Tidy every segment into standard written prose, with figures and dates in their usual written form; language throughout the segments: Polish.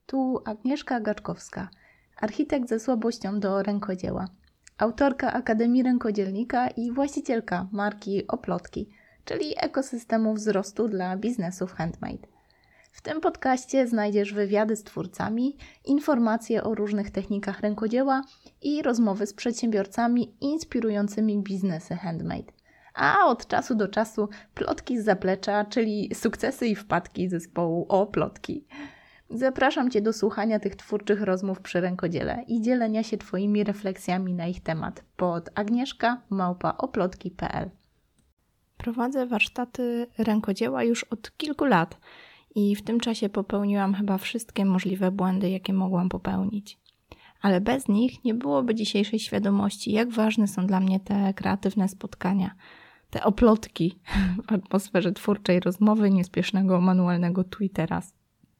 Tu Agnieszka Gaczkowska, architekt ze słabością do rękodzieła, autorka Akademii Rękodzielnika i właścicielka marki Oplotki, czyli ekosystemu wzrostu dla biznesów handmade. W tym podcaście znajdziesz wywiady z twórcami, informacje o różnych technikach rękodzieła i rozmowy z przedsiębiorcami inspirującymi biznesy handmade. A od czasu do czasu plotki z zaplecza, czyli sukcesy i wpadki zespołu Oplotki. Zapraszam Cię do słuchania tych twórczych rozmów przy rękodziele i dzielenia się Twoimi refleksjami na ich temat pod agnieszka@oplotki.pl. Prowadzę warsztaty rękodzieła już od kilku lat i w tym czasie popełniłam chyba wszystkie możliwe błędy, jakie mogłam popełnić. Ale bez nich nie byłoby dzisiejszej świadomości, jak ważne są dla mnie te kreatywne spotkania, te oplotki w atmosferze twórczej rozmowy, niespiesznego, manualnego tu i teraz.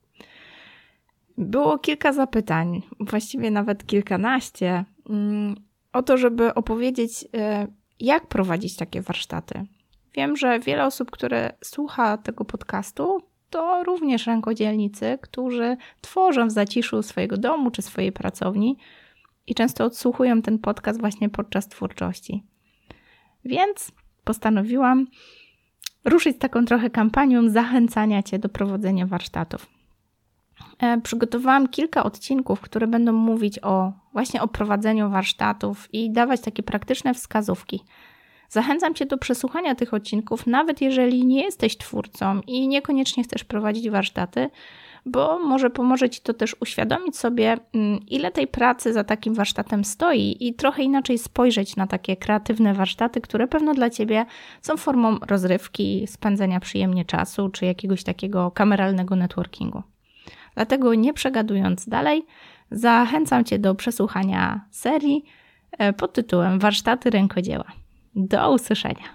Było kilka zapytań, właściwie nawet kilkanaście, o to, żeby opowiedzieć, jak prowadzić takie warsztaty. Wiem, że wiele osób, które słucha tego podcastu, to również rękodzielnicy, którzy tworzą w zaciszu swojego domu czy swojej pracowni i często odsłuchują ten podcast właśnie podczas twórczości. Więc postanowiłam ruszyć z taką trochę kampanią zachęcania Cię do prowadzenia warsztatów. Przygotowałam kilka odcinków, które będą mówić właśnie o prowadzeniu warsztatów i dawać takie praktyczne wskazówki. Zachęcam Cię do przesłuchania tych odcinków, nawet jeżeli nie jesteś twórcą i niekoniecznie chcesz prowadzić warsztaty, bo może pomoże Ci to też uświadomić sobie, ile tej pracy za takim warsztatem stoi i trochę inaczej spojrzeć na takie kreatywne warsztaty, które pewno dla Ciebie są formą rozrywki, spędzenia przyjemnie czasu czy jakiegoś takiego kameralnego networkingu. Dlatego nie przegadując dalej, zachęcam Cię do przesłuchania serii pod tytułem Warsztaty rękodzieła. Do usłyszenia.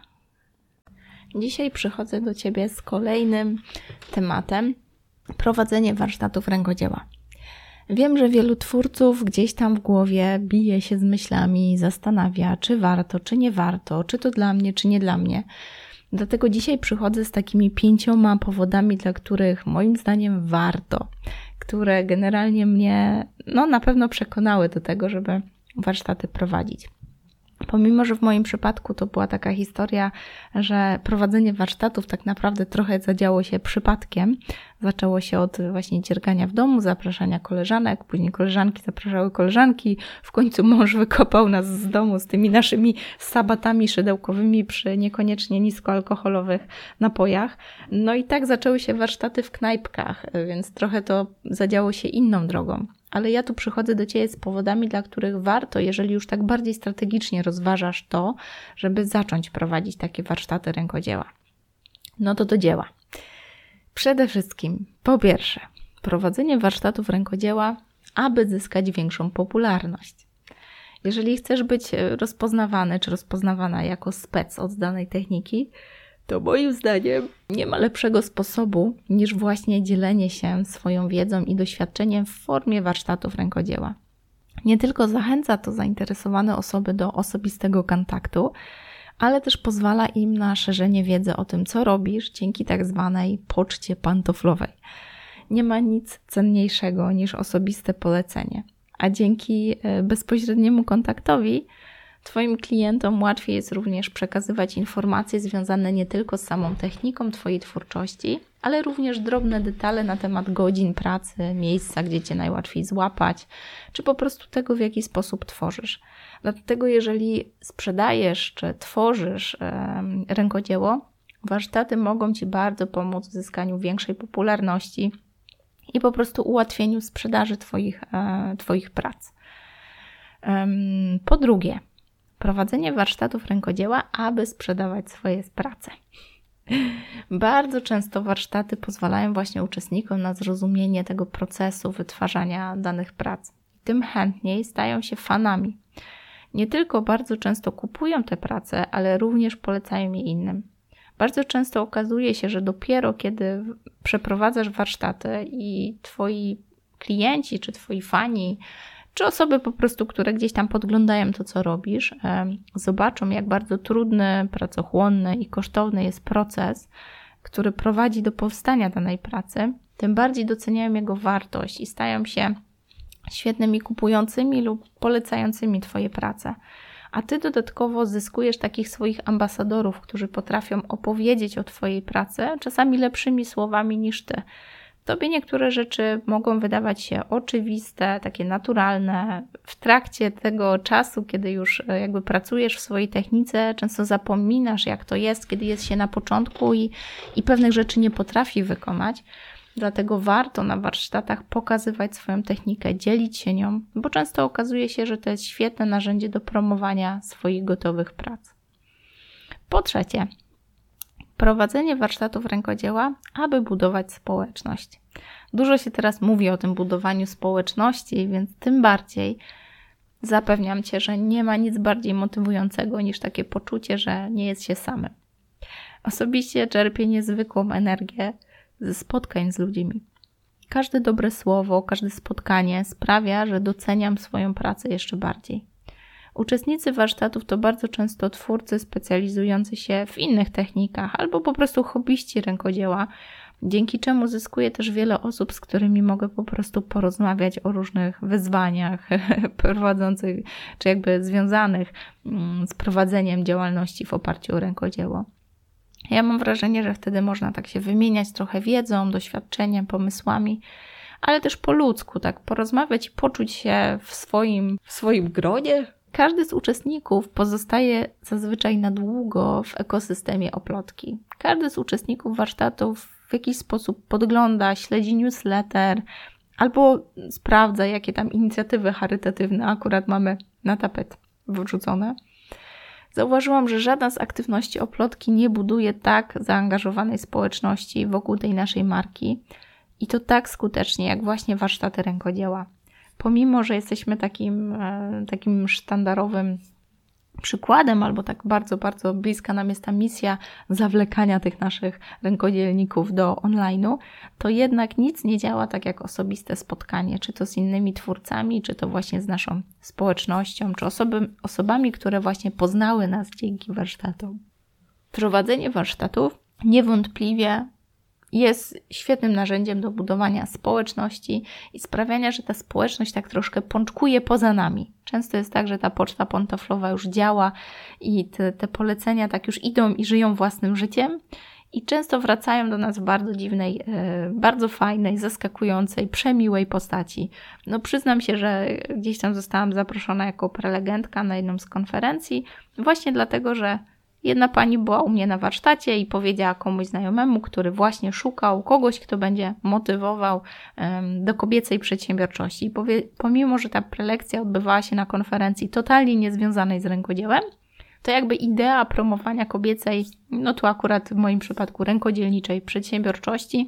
Dzisiaj przychodzę do Ciebie z kolejnym tematem: prowadzenie warsztatów rękodzieła. Wiem, że wielu twórców gdzieś tam w głowie bije się z myślami, zastanawia, czy warto, czy nie warto, czy to dla mnie, czy nie dla mnie. Dlatego dzisiaj przychodzę z takimi 5 powodami, dla których moim zdaniem warto, które generalnie mnie na pewno przekonały do tego, żeby warsztaty prowadzić. Pomimo, że w moim przypadku to była taka historia, że prowadzenie warsztatów tak naprawdę trochę zadziało się przypadkiem. Zaczęło się od właśnie dziergania w domu, zapraszania koleżanek, później koleżanki zapraszały koleżanki, w końcu mąż wykopał nas z domu z tymi naszymi sabatami szydełkowymi przy niekoniecznie niskoalkoholowych napojach. No i tak zaczęły się warsztaty w knajpkach, więc trochę to zadziało się inną drogą. Ale ja tu przychodzę do Ciebie z powodami, dla których warto, jeżeli już tak bardziej strategicznie rozważasz to, żeby zacząć prowadzić takie warsztaty rękodzieła. No to do dzieła. Przede wszystkim, po pierwsze, prowadzenie warsztatów rękodzieła, aby zyskać większą popularność. Jeżeli chcesz być rozpoznawany czy rozpoznawana jako spec od danej techniki, to moim zdaniem nie ma lepszego sposobu niż właśnie dzielenie się swoją wiedzą i doświadczeniem w formie warsztatów rękodzieła. Nie tylko zachęca to zainteresowane osoby do osobistego kontaktu, ale też pozwala im na szerzenie wiedzy o tym, co robisz dzięki tak zwanej poczcie pantoflowej. Nie ma nic cenniejszego niż osobiste polecenie, a dzięki bezpośredniemu kontaktowi Twoim klientom łatwiej jest również przekazywać informacje związane nie tylko z samą techniką Twojej twórczości, ale również drobne detale na temat godzin pracy, miejsca, gdzie Cię najłatwiej złapać, czy po prostu tego, w jaki sposób tworzysz. Dlatego jeżeli sprzedajesz czy tworzysz rękodzieło, warsztaty mogą Ci bardzo pomóc w zyskaniu większej popularności i po prostu ułatwieniu sprzedaży Twoich prac. Po drugie, prowadzenie warsztatów rękodzieła, aby sprzedawać swoje prace. Bardzo często warsztaty pozwalają właśnie uczestnikom na zrozumienie tego procesu wytwarzania danych prac. Tym chętniej stają się fanami. Nie tylko bardzo często kupują te prace, ale również polecają je innym. Bardzo często okazuje się, że dopiero kiedy przeprowadzasz warsztaty i Twoi klienci czy Twoi fani czy osoby po prostu, które gdzieś tam podglądają to, co robisz, zobaczą, jak bardzo trudny, pracochłonny i kosztowny jest proces, który prowadzi do powstania danej pracy, tym bardziej doceniają jego wartość i stają się świetnymi kupującymi lub polecającymi Twoje prace. A Ty dodatkowo zyskujesz takich swoich ambasadorów, którzy potrafią opowiedzieć o Twojej pracy, czasami lepszymi słowami niż Ty. Tobie niektóre rzeczy mogą wydawać się oczywiste, takie naturalne. W trakcie tego czasu, kiedy już jakby pracujesz w swojej technice, często zapominasz, jak to jest, kiedy jest się na początku i pewnych rzeczy nie potrafi wykonać. Dlatego warto na warsztatach pokazywać swoją technikę, dzielić się nią, bo często okazuje się, że to jest świetne narzędzie do promowania swoich gotowych prac. Po trzecie, prowadzenie warsztatów rękodzieła, aby budować społeczność. Dużo się teraz mówi o tym budowaniu społeczności, więc tym bardziej zapewniam Cię, że nie ma nic bardziej motywującego niż takie poczucie, że nie jest się samym. Osobiście czerpię niezwykłą energię ze spotkań z ludźmi. Każde dobre słowo, każde spotkanie sprawia, że doceniam swoją pracę jeszcze bardziej. Uczestnicy warsztatów to bardzo często twórcy specjalizujący się w innych technikach albo po prostu hobbyści rękodzieła, dzięki czemu zyskuję też wiele osób, z którymi mogę po prostu porozmawiać o różnych wyzwaniach prowadzących, czy jakby związanych z prowadzeniem działalności w oparciu o rękodzieło. Ja mam wrażenie, że wtedy można tak się wymieniać trochę wiedzą, doświadczeniem, pomysłami, ale też po ludzku, tak porozmawiać i poczuć się w swoim gronie. Każdy z uczestników pozostaje zazwyczaj na długo w ekosystemie Oplotki. Każdy z uczestników warsztatów w jakiś sposób podgląda, śledzi newsletter albo sprawdza, jakie tam inicjatywy charytatywne akurat mamy na tapet wrzucone. Zauważyłam, że żadna z aktywności Oplotki nie buduje tak zaangażowanej społeczności wokół tej naszej marki i to tak skutecznie, jak właśnie warsztaty rękodzieła. Pomimo, że jesteśmy takim sztandarowym przykładem, albo tak bardzo, bardzo bliska nam jest ta misja zawlekania tych naszych rękodzielników do online'u, to jednak nic nie działa tak jak osobiste spotkanie, czy to z innymi twórcami, czy to właśnie z naszą społecznością, czy osobami, które właśnie poznały nas dzięki warsztatom. Prowadzenie warsztatów niewątpliwie jest świetnym narzędziem do budowania społeczności i sprawiania, że ta społeczność tak troszkę pączkuje poza nami. Często jest tak, że ta poczta pantoflowa już działa i te polecenia tak już idą i żyją własnym życiem i często wracają do nas w bardzo dziwnej, bardzo fajnej, zaskakującej, przemiłej postaci. No przyznam się, że gdzieś tam zostałam zaproszona jako prelegentka na jedną z konferencji właśnie dlatego, że jedna pani była u mnie na warsztacie i powiedziała komuś znajomemu, który właśnie szukał kogoś, kto będzie motywował do kobiecej przedsiębiorczości. I pomimo, że ta prelekcja odbywała się na konferencji totalnie niezwiązanej z rękodziełem, to jakby idea promowania kobiecej, no tu akurat w moim przypadku rękodzielniczej przedsiębiorczości,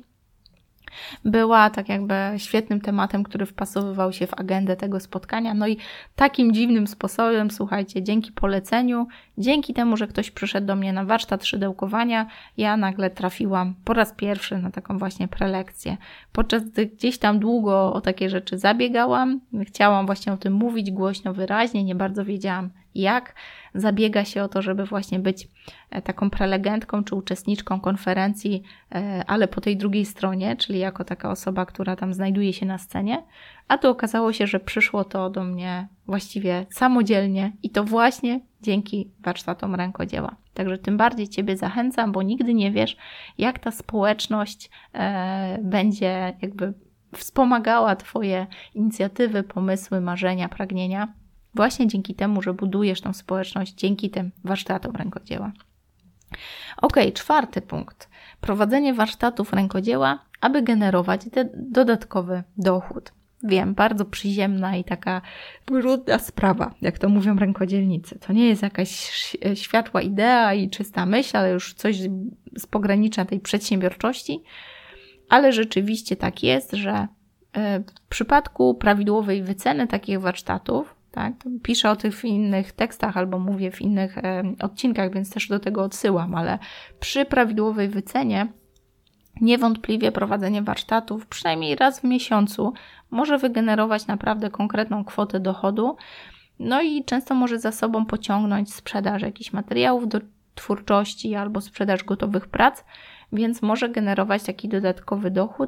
była tak jakby świetnym tematem, który wpasowywał się w agendę tego spotkania. No i takim dziwnym sposobem, słuchajcie, dzięki poleceniu, dzięki temu, że ktoś przyszedł do mnie na warsztat szydełkowania, ja nagle trafiłam po raz pierwszy na taką właśnie prelekcję. Podczas gdy gdzieś tam długo o takie rzeczy zabiegałam, chciałam właśnie o tym mówić głośno, wyraźnie, nie bardzo wiedziałam jak. Zabiega się o to, żeby właśnie być taką prelegentką czy uczestniczką konferencji, ale po tej drugiej stronie, czyli jako taka osoba, która tam znajduje się na scenie, a tu okazało się, że przyszło to do mnie właściwie samodzielnie i to właśnie dzięki warsztatom rękodzieła. Także tym bardziej Ciebie zachęcam, bo nigdy nie wiesz, jak ta społeczność będzie jakby wspomagała Twoje inicjatywy, pomysły, marzenia, pragnienia. Właśnie dzięki temu, że budujesz tą społeczność, dzięki tym warsztatom rękodzieła. Ok, 4. punkt. Prowadzenie warsztatów rękodzieła, aby generować dodatkowy dochód. Wiem, bardzo przyziemna i taka brudna sprawa, jak to mówią rękodzielnicy. To nie jest jakaś światła idea i czysta myśl, ale już coś z pogranicza tej przedsiębiorczości. Ale rzeczywiście tak jest, że w przypadku prawidłowej wyceny takich warsztatów, tak, piszę o tych w innych tekstach albo mówię w innych odcinkach, więc też do tego odsyłam, ale przy prawidłowej wycenie niewątpliwie prowadzenie warsztatów przynajmniej raz w miesiącu może wygenerować naprawdę konkretną kwotę dochodu, no i często może za sobą pociągnąć sprzedaż jakichś materiałów do twórczości albo sprzedaż gotowych prac, więc może generować taki dodatkowy dochód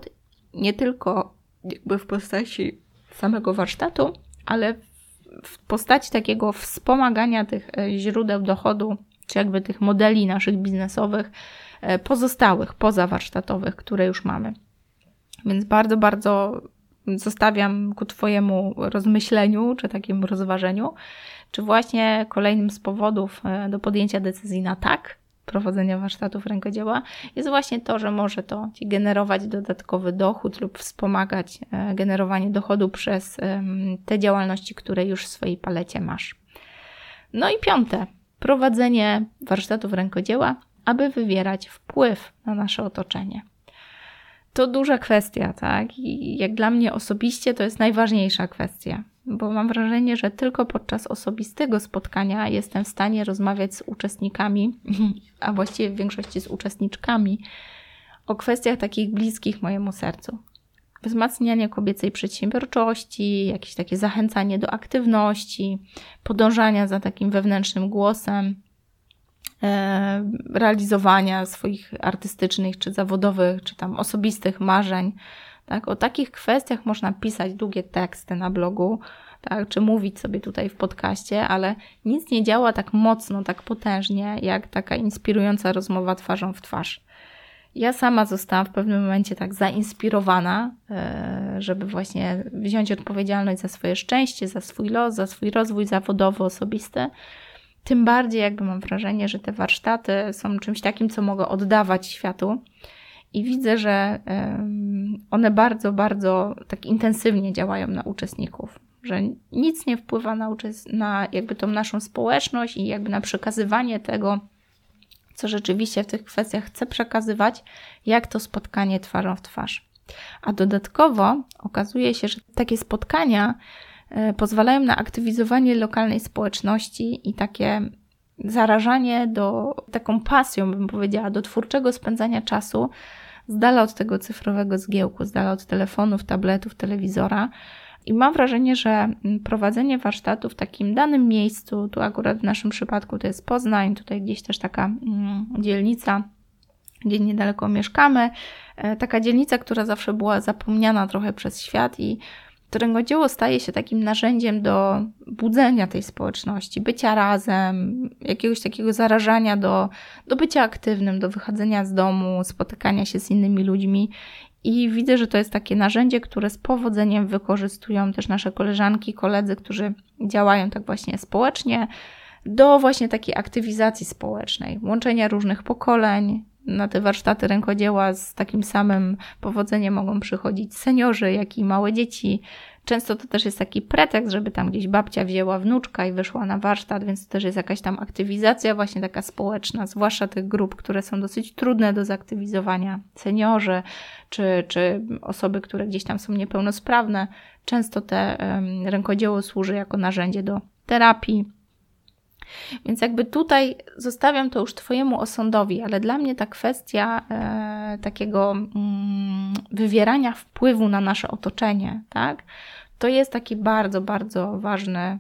nie tylko jakby w postaci samego warsztatu, ale w postaci takiego wspomagania tych źródeł dochodu, czy jakby tych modeli naszych biznesowych pozostałych, pozawarsztatowych, które już mamy. Więc bardzo, bardzo zostawiam ku Twojemu rozmyśleniu, czy takiemu rozważeniu, czy właśnie kolejnym z powodów do podjęcia decyzji na tak, prowadzenia warsztatów rękodzieła, jest właśnie to, że może to Ci generować dodatkowy dochód lub wspomagać generowanie dochodu przez te działalności, które już w swojej palecie masz. No i 5. Prowadzenie warsztatów rękodzieła, aby wywierać wpływ na nasze otoczenie. To duża kwestia, tak? I jak dla mnie osobiście to jest najważniejsza kwestia, bo mam wrażenie, że tylko podczas osobistego spotkania jestem w stanie rozmawiać z uczestnikami, a właściwie w większości z uczestniczkami, o kwestiach takich bliskich mojemu sercu. Wzmacnianie kobiecej przedsiębiorczości, jakieś takie zachęcanie do aktywności, podążania za takim wewnętrznym głosem, realizowania swoich artystycznych, czy zawodowych, czy tam osobistych marzeń. Tak? O takich kwestiach można pisać długie teksty na blogu, tak? Czy mówić sobie tutaj w podcaście, ale nic nie działa tak mocno, tak potężnie, jak taka inspirująca rozmowa twarzą w twarz. Ja sama zostałam w pewnym momencie tak zainspirowana, żeby właśnie wziąć odpowiedzialność za swoje szczęście, za swój los, za swój rozwój zawodowy, osobisty. Tym bardziej jakby mam wrażenie, że te warsztaty są czymś takim, co mogę oddawać światu i widzę, że one bardzo, bardzo tak intensywnie działają na uczestników, że nic nie wpływa na jakby tą naszą społeczność i jakby na przekazywanie tego, co rzeczywiście w tych kwestiach chcę przekazywać, jak to spotkanie twarzą w twarz. A dodatkowo okazuje się, że takie spotkania pozwalają na aktywizowanie lokalnej społeczności i takie zarażanie taką pasją, bym powiedziała, do twórczego spędzania czasu z dala od tego cyfrowego zgiełku, z dala od telefonów, tabletów, telewizora. I mam wrażenie, że prowadzenie warsztatu w takim danym miejscu, tu akurat w naszym przypadku to jest Poznań, tutaj gdzieś też taka dzielnica, gdzie niedaleko mieszkamy, taka dzielnica, która zawsze była zapomniana trochę przez świat i to rękodzieło staje się takim narzędziem do budzenia tej społeczności, bycia razem, jakiegoś takiego zarażania do bycia aktywnym, do wychodzenia z domu, spotykania się z innymi ludźmi. I widzę, że to jest takie narzędzie, które z powodzeniem wykorzystują też nasze koleżanki, koledzy, którzy działają tak właśnie społecznie, do właśnie takiej aktywizacji społecznej, łączenia różnych pokoleń. Na te warsztaty rękodzieła z takim samym powodzeniem mogą przychodzić seniorzy, jak i małe dzieci. Często to też jest taki pretekst, żeby tam gdzieś babcia wzięła wnuczka i wyszła na warsztat, więc to też jest jakaś tam aktywizacja właśnie taka społeczna, zwłaszcza tych grup, które są dosyć trudne do zaktywizowania. Seniorzy czy osoby, które gdzieś tam są niepełnosprawne. Często te rękodzieło służy jako narzędzie do terapii. Więc jakby tutaj zostawiam to już Twojemu osądowi, ale dla mnie ta kwestia takiego wywierania wpływu na nasze otoczenie, tak, to jest taki bardzo, bardzo ważny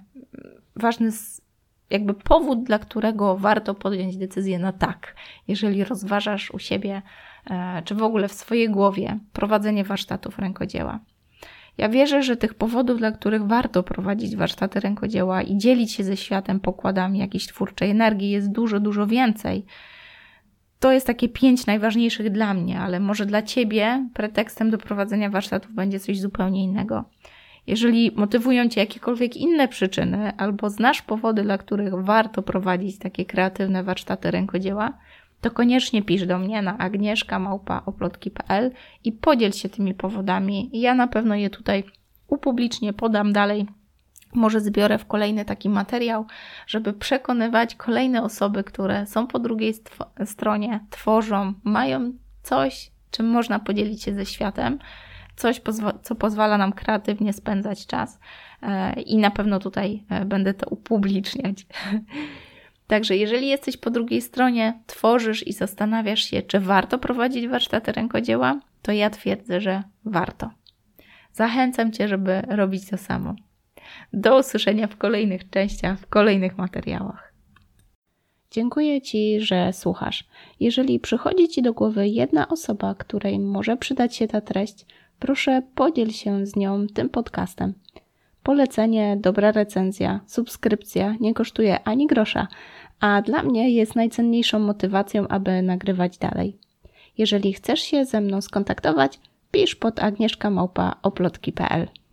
jakby powód, dla którego warto podjąć decyzję na tak, jeżeli rozważasz u siebie, czy w ogóle w swojej głowie prowadzenie warsztatów rękodzieła. Ja wierzę, że tych powodów, dla których warto prowadzić warsztaty rękodzieła i dzielić się ze światem pokładami jakiejś twórczej energii jest dużo, dużo więcej. To jest takie 5 najważniejszych dla mnie, ale może dla Ciebie pretekstem do prowadzenia warsztatów będzie coś zupełnie innego. Jeżeli motywują Cię jakiekolwiek inne przyczyny albo znasz powody, dla których warto prowadzić takie kreatywne warsztaty rękodzieła, to koniecznie pisz do mnie na agnieszka@oplotki.pl i podziel się tymi powodami. Ja na pewno je tutaj upublicznię, podam dalej. Może zbiorę w kolejny taki materiał, żeby przekonywać kolejne osoby, które są po drugiej stronie, tworzą, mają coś, czym można podzielić się ze światem, coś, co pozwala nam kreatywnie spędzać czas i na pewno tutaj będę to upubliczniać. Także jeżeli jesteś po drugiej stronie, tworzysz i zastanawiasz się, czy warto prowadzić warsztaty rękodzieła, to ja twierdzę, że warto. Zachęcam Cię, żeby robić to samo. Do usłyszenia w kolejnych częściach, w kolejnych materiałach. Dziękuję Ci, że słuchasz. Jeżeli przychodzi Ci do głowy jedna osoba, której może przydać się ta treść, proszę podziel się z nią tym podcastem. Polecenie, dobra recenzja, subskrypcja nie kosztuje ani grosza, a dla mnie jest najcenniejszą motywacją, aby nagrywać dalej. Jeżeli chcesz się ze mną skontaktować, pisz pod agnieszka@oplotki.pl.